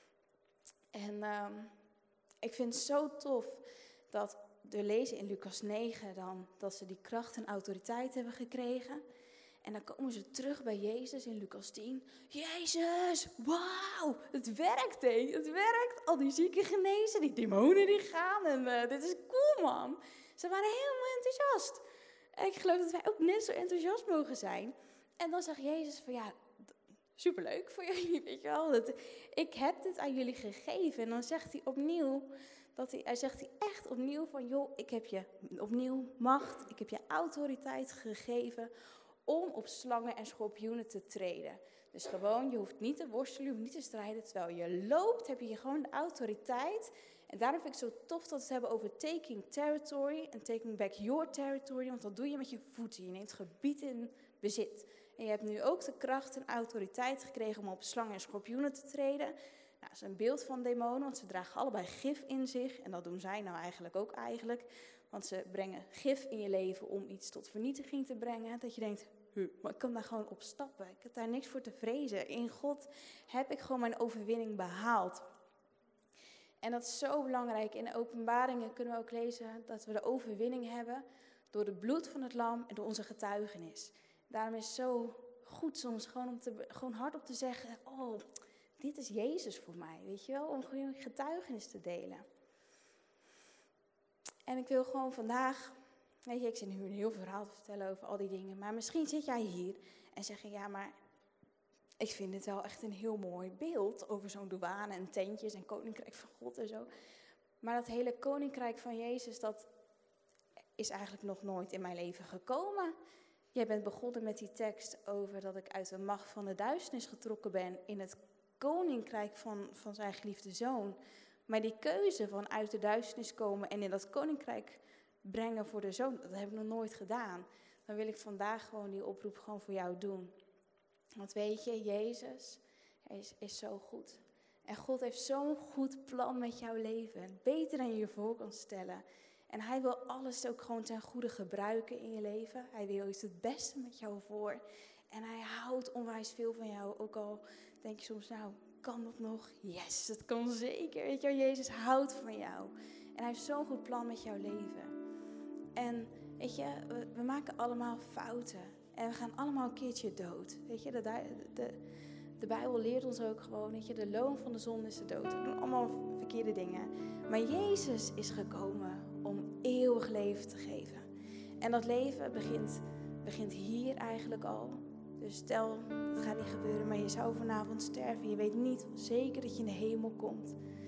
En ik vind het zo tof dat we lezen in Lucas 9 dan, dat ze die kracht en autoriteit hebben gekregen. En dan komen ze terug bij Jezus in Lucas 10. Jezus, wauw, het werkt hé, het werkt. Al die zieken genezen, die demonen die gaan en dit is cool man. Ze waren helemaal enthousiast. En ik geloof dat wij ook net zo enthousiast mogen zijn. En dan zegt Jezus van ja, superleuk voor jullie, weet je wel. Ik heb dit aan jullie gegeven. En dan zegt hij opnieuw, hij zegt echt opnieuw van joh, ik heb je opnieuw macht, ik heb je autoriteit gegeven om op slangen en schorpioenen te treden. Dus gewoon, je hoeft niet te worstelen, je hoeft niet te strijden. Terwijl je loopt, heb je gewoon de autoriteit. En daarom vind ik het zo tof dat we het hebben over taking territory en taking back your territory. Want dat doe je met je voeten. Je neemt gebied in bezit. En je hebt nu ook de kracht en autoriteit gekregen om op slangen en schorpioenen te treden. Nou, dat is een beeld van demonen, want ze dragen allebei gif in zich. En dat doen zij nou eigenlijk ook eigenlijk. Want ze brengen gif in je leven om iets tot vernietiging te brengen. Dat je denkt, maar ik kan daar gewoon op stappen. Ik heb daar niks voor te vrezen. In God heb ik gewoon mijn overwinning behaald. En dat is zo belangrijk. In de Openbaringen kunnen we ook lezen dat we de overwinning hebben door het bloed van het lam en door onze getuigenis. Daarom is het zo goed soms gewoon om gewoon hardop te zeggen, oh, dit is Jezus voor mij, weet je wel, om gewoon getuigenis te delen. En ik wil gewoon vandaag, weet je, ik zit nu een heel verhaal te vertellen over al die dingen, maar misschien zit jij hier en zeg je, ja, maar ik vind dit wel echt een heel mooi beeld over zo'n douane en tentjes en koninkrijk van God en zo. Maar dat hele koninkrijk van Jezus, dat is eigenlijk nog nooit in mijn leven gekomen. Jij bent begonnen met die tekst over dat ik uit de macht van de duisternis getrokken ben in het koninkrijk van zijn geliefde zoon. Maar die keuze van uit de duisternis komen en in dat koninkrijk brengen voor de zoon, dat heb ik nog nooit gedaan. Dan wil ik vandaag gewoon die oproep gewoon voor jou doen. Want weet je, Jezus is zo goed. En God heeft zo'n goed plan met jouw leven. Beter dan je je voor kan stellen. En hij wil alles ook gewoon ten goede gebruiken in je leven. Hij wil iets het beste met jou voor. En hij houdt onwijs veel van jou. Ook al denk je soms, nou, kan dat nog? Yes, dat kan zeker. Weet je wel, Jezus houdt van jou. En hij heeft zo'n goed plan met jouw leven. En weet je, we maken allemaal fouten. En we gaan allemaal een keertje dood. Weet je, de Bijbel leert ons ook gewoon, weet je, de loon van de zonde is de dood. We doen allemaal verkeerde dingen. Maar Jezus is gekomen om eeuwig leven te geven. En dat leven begint hier eigenlijk al. Dus stel, het gaat niet gebeuren, maar je zou vanavond sterven. Je weet niet zeker dat je in de hemel komt.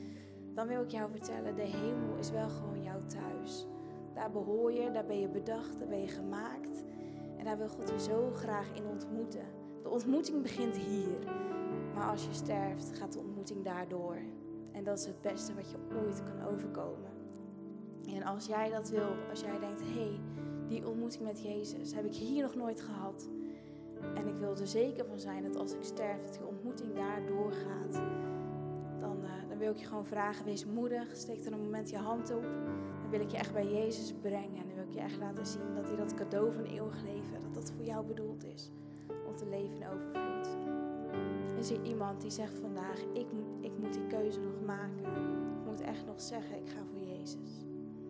dan wil ik jou vertellen, de hemel is wel gewoon jouw thuis. Daar behoor je, daar ben je bedacht, daar ben je gemaakt. En daar wil God je zo graag in ontmoeten. De ontmoeting begint hier. Maar als je sterft, gaat de ontmoeting daardoor. En dat is het beste wat je ooit kan overkomen. En als jij dat wil, als jij denkt, hé, die ontmoeting met Jezus heb ik hier nog nooit gehad. En ik wil er zeker van zijn dat als ik sterf, dat die ontmoeting daardoor gaat. Dan wil ik je gewoon vragen, wees moedig, steek er een moment je hand op. Dan wil ik je echt bij Jezus brengen. En dan wil ik je echt laten zien dat hij dat cadeau van eeuwig leven, dat dat voor jou bedoeld is. Om te leven in overvloed. Is er iemand die zegt vandaag, ik moet die keuze nog maken. Ik moet echt nog zeggen, ik ga voor Jezus.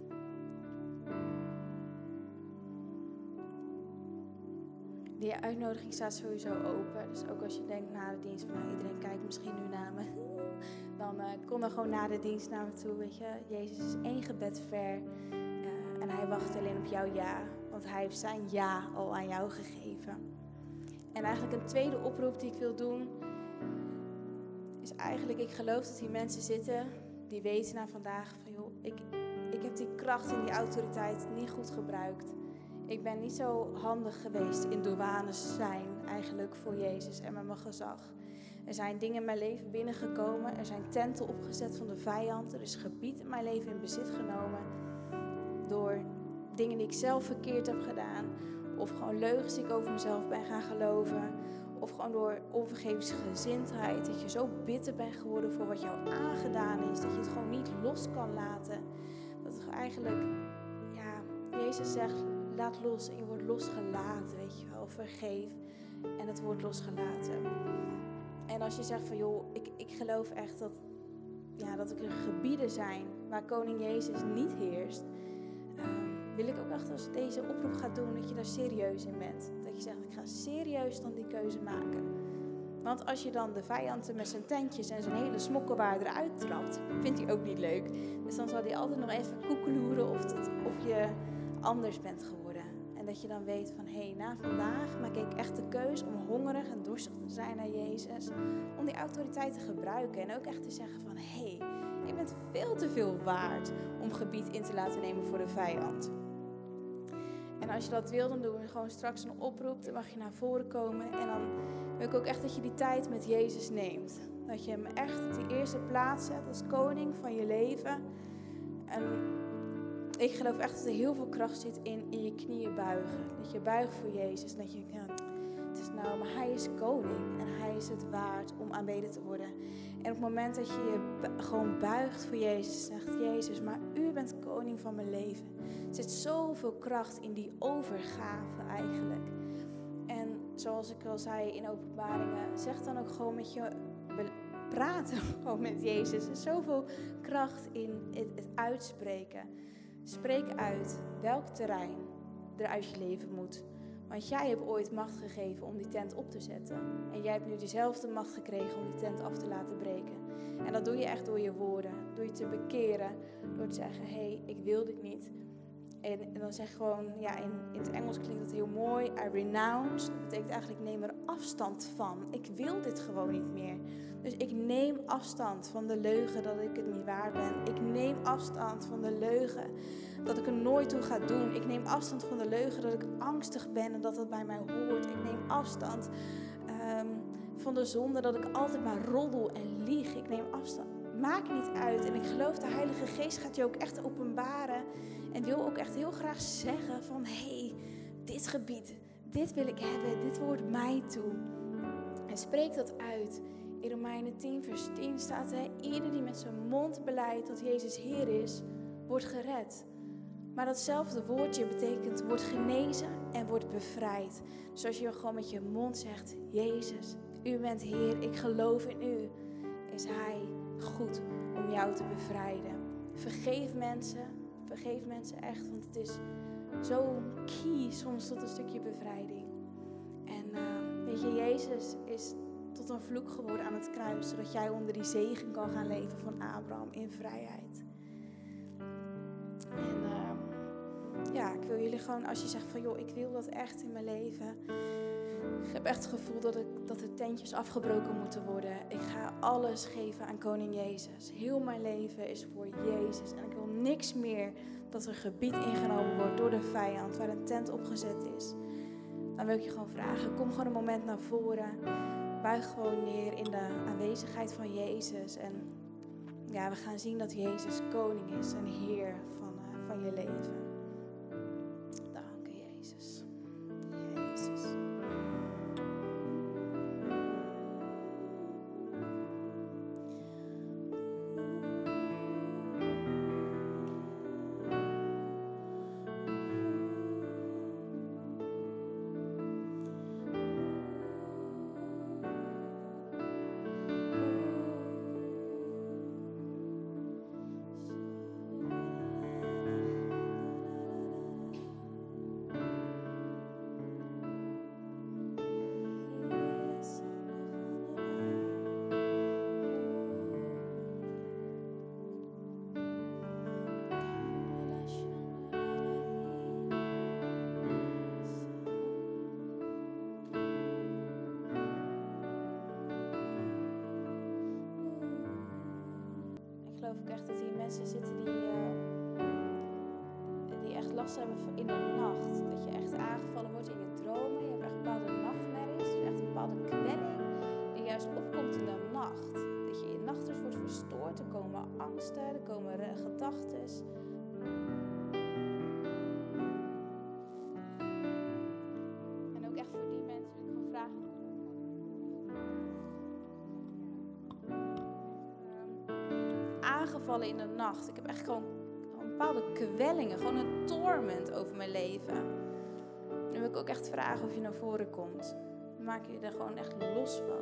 Die uitnodiging staat sowieso open. Dus ook als je denkt na de dienst, van, iedereen kijkt misschien nu naar me. Dan kom dan gewoon na de dienst naar me toe, weet je. Jezus is 1 gebed ver. En hij wacht alleen op jouw ja. Want hij heeft zijn ja al aan jou gegeven. En eigenlijk een tweede oproep die ik wil doen, is eigenlijk, ik geloof dat hier mensen zitten die weten na vandaag van, joh, ik heb die kracht en die autoriteit niet goed gebruikt. Ik ben niet zo handig geweest in douanes zijn, eigenlijk voor Jezus en met mijn gezag. Er zijn dingen in mijn leven binnengekomen. Er zijn tenten opgezet van de vijand. Er is gebied in mijn leven in bezit genomen. Door dingen die ik zelf verkeerd heb gedaan. Of gewoon leugens die ik over mezelf ben gaan geloven. Of gewoon door onvergevensgezindheid. Dat je zo bitter bent geworden voor wat jou aangedaan is. Dat je het gewoon niet los kan laten. Dat het eigenlijk, ja, Jezus zegt, laat los en je wordt losgelaten, weet je wel. Vergeef en het wordt losgelaten. En als je zegt van, joh, ik geloof echt dat er gebieden zijn waar koning Jezus niet heerst. Wil ik ook echt, als je deze oproep gaat doen, dat je daar serieus in bent. Dat je zegt, ik ga serieus dan die keuze maken. Want als je dan de vijand met zijn tentjes en zijn hele smokkelwaar eruit trapt, vindt hij ook niet leuk. Dus dan zal hij altijd nog even koekeloeren of je anders bent geworden. En dat je dan weet van, hé, na vandaag maak ik echt de keus om hongerig en dorstig te zijn naar Jezus. Om die autoriteit te gebruiken en ook echt te zeggen van, hé, je bent veel te veel waard om gebied in te laten nemen voor de vijand. En als je dat wil, dan doen we gewoon straks een oproep. Dan mag je naar voren komen. En dan wil ik ook echt dat je die tijd met Jezus neemt. Dat je hem echt op die eerste plaats zet als koning van je leven. En ik geloof echt dat er heel veel kracht zit in je knieën buigen. Dat je buigt voor Jezus. Dat je, ja, het is nou, maar hij is koning. En hij is het waard om aanbeden te worden. En op het moment dat je gewoon buigt voor Jezus, zegt Jezus, maar u bent koning van mijn leven. Er zit zoveel kracht in die overgave eigenlijk. En zoals ik al zei in openbaringen, zeg dan ook gewoon met je praten gewoon met Jezus. Er is zoveel kracht in het uitspreken. Spreek uit welk terrein er uit je leven moet. Want jij hebt ooit macht gegeven om die tent op te zetten. En jij hebt nu diezelfde macht gekregen om die tent af te laten breken. En dat doe je echt door je woorden. Door je te bekeren. Door te zeggen, hé, ik wil dit niet. En dan zeg gewoon, ja, in het Engels klinkt dat heel mooi. I renounce. Dat betekent eigenlijk, ik neem er afstand van. Ik wil dit gewoon niet meer. Dus ik neem afstand van de leugen dat ik het niet waard ben. Ik neem afstand van de leugen dat ik er nooit toe ga doen. Ik neem afstand van de leugen dat ik angstig ben en dat het bij mij hoort. Ik neem afstand van de zonde dat ik altijd maar roddel en lieg. Ik neem afstand. Maakt niet uit. En ik geloof, de Heilige Geest gaat je ook echt openbaren. En wil ook echt heel graag zeggen van, hé, dit gebied, dit wil ik hebben. Dit hoort mij toe. En spreek dat uit. In Romeinen 10 vers 10 staat, ieder die met zijn mond belijdt dat Jezus Heer is, wordt gered. Maar datzelfde woordje betekent wordt genezen en wordt bevrijd. Dus als je gewoon met je mond zegt, Jezus, u bent Heer, ik geloof in u, is Hij goed om jou te bevrijden. Vergeef mensen echt, want het is zo key soms tot een stukje bevrijding. En weet je, Jezus is tot een vloek geworden aan het kruis, zodat jij onder die zegen kan gaan leven van Abraham in vrijheid. En ik wil jullie gewoon, als je zegt van joh, ik wil dat echt in mijn leven. Ik heb echt het gevoel dat de tentjes afgebroken moeten worden. Ik ga alles geven aan Koning Jezus. Heel mijn leven is voor Jezus. En ik wil niks meer dat er gebied ingenomen wordt door de vijand, waar een tent opgezet is. Dan wil ik je gewoon vragen, kom gewoon een moment naar voren. Buig gewoon neer in de aanwezigheid van Jezus. En ja, we gaan zien dat Jezus koning is en Heer van je leven. Dank je, Jezus. Jezus. Ik geloof ook echt dat hier mensen zitten die echt last hebben in de nacht. Dat je echt aangevallen wordt in je dromen. Je hebt echt bepaalde nachtmerries. Dus echt een bepaalde kwelling die juist opkomt in de nacht. Dat je nachters wordt verstoord. Er komen angsten, er komen gedachten. En ook echt voor die mensen wil ik gewoon vragen. Aangevallen in de nacht. Ik heb echt gewoon bepaalde kwellingen, gewoon een torment over mijn leven. Nu wil ik ook echt vragen of je naar voren komt. Maak je er gewoon echt los van.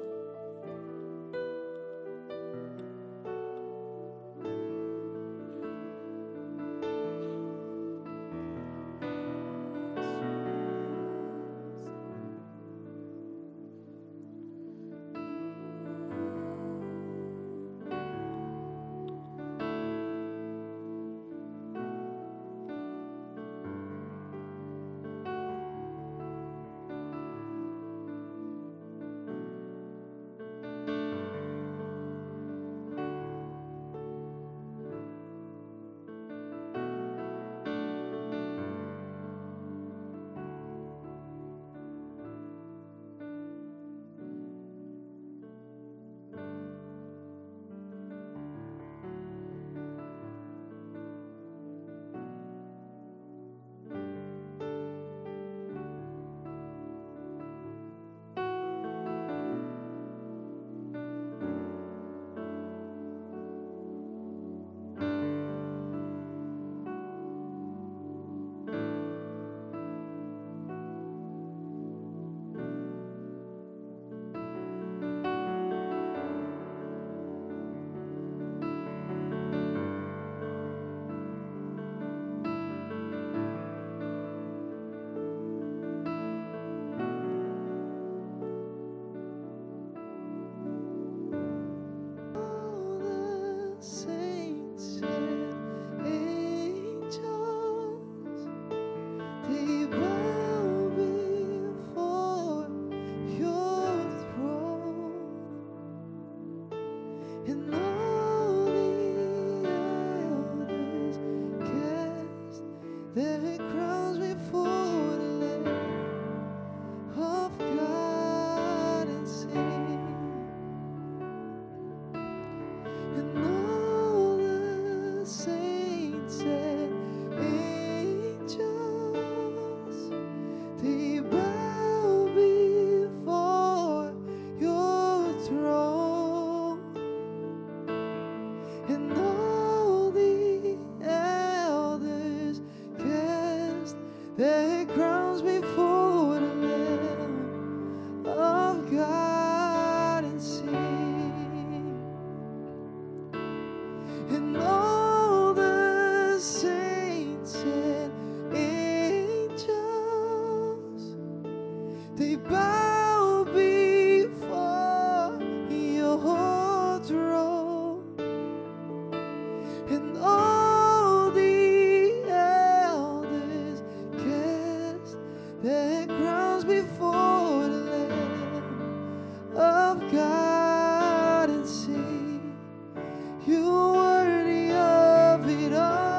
and crowns before the Lamb of God and sing, you're worthy of it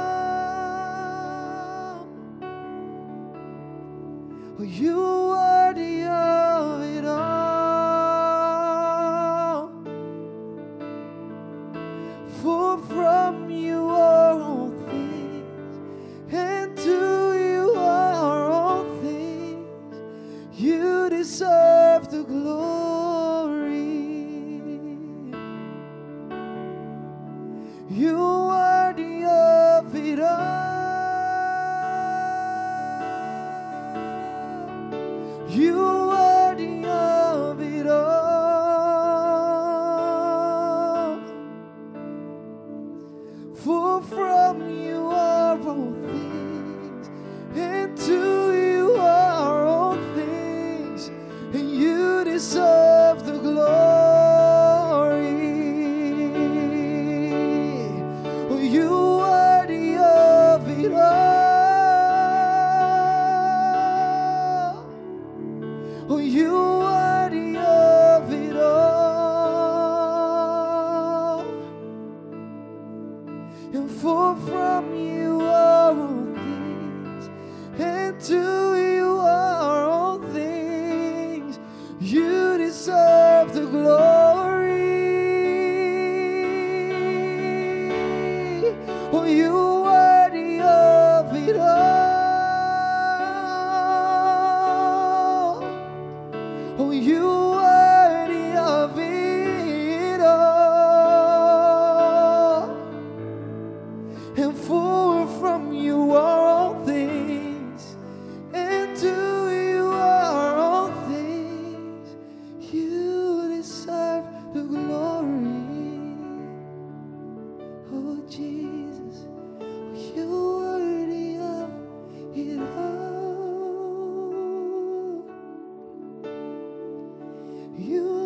all. Oh, you're worthy of it all. For from you are all things, and to you are all things. You deserve the glory. You're worthy of it all. You're worthy of it all. For from you are all things, and to you are all things, and you deserve the glory. Oh, you're worthy of it all. Oh, you're worthy of it all. And for from you are all things, and to you are all things. You deserve the glory. Oh, you're worthy of it all. Oh, you're worthy of it all. And for from you are all things, and to you are all things. You deserve the glory. Oh, Jesus, you're worthy of it all. You